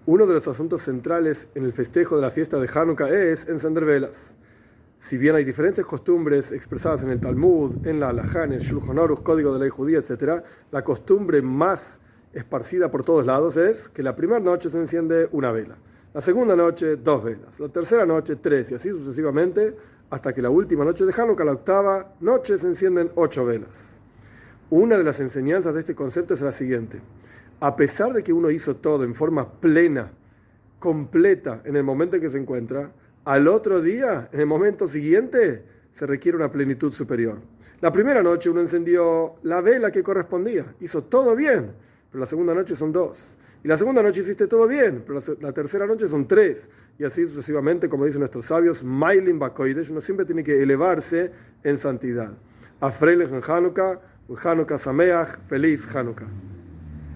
Uno de los asuntos centrales en el festejo de la fiesta de Hanukkah es encender velas. Si bien hay diferentes costumbres expresadas en el Talmud, en la Halajá, en el Shulchan Aruch, Código de Ley Judía, etc., la costumbre más esparcida por todos lados es que la primera noche se enciende una vela, la segunda noche 2 velas, la tercera noche 3 y así sucesivamente hasta que la última noche de Hanukkah, la octava noche, se encienden 8 velas. Una de las enseñanzas de este concepto es la siguiente: a pesar de que uno hizo todo en forma plena, completa en el momento en que se encuentra, al otro día, en el momento siguiente, se requiere una plenitud superior. La primera noche uno encendió la vela que correspondía, hizo todo bien, pero la segunda noche son 2. Y la segunda noche hiciste todo bien, pero la tercera noche son 3. Y así sucesivamente, como dicen nuestros sabios, Mailin Bakoidesh, uno siempre tiene que elevarse en santidad. Afreilech en Hanukkah, Hanukkah Sameach, feliz Hanukkah.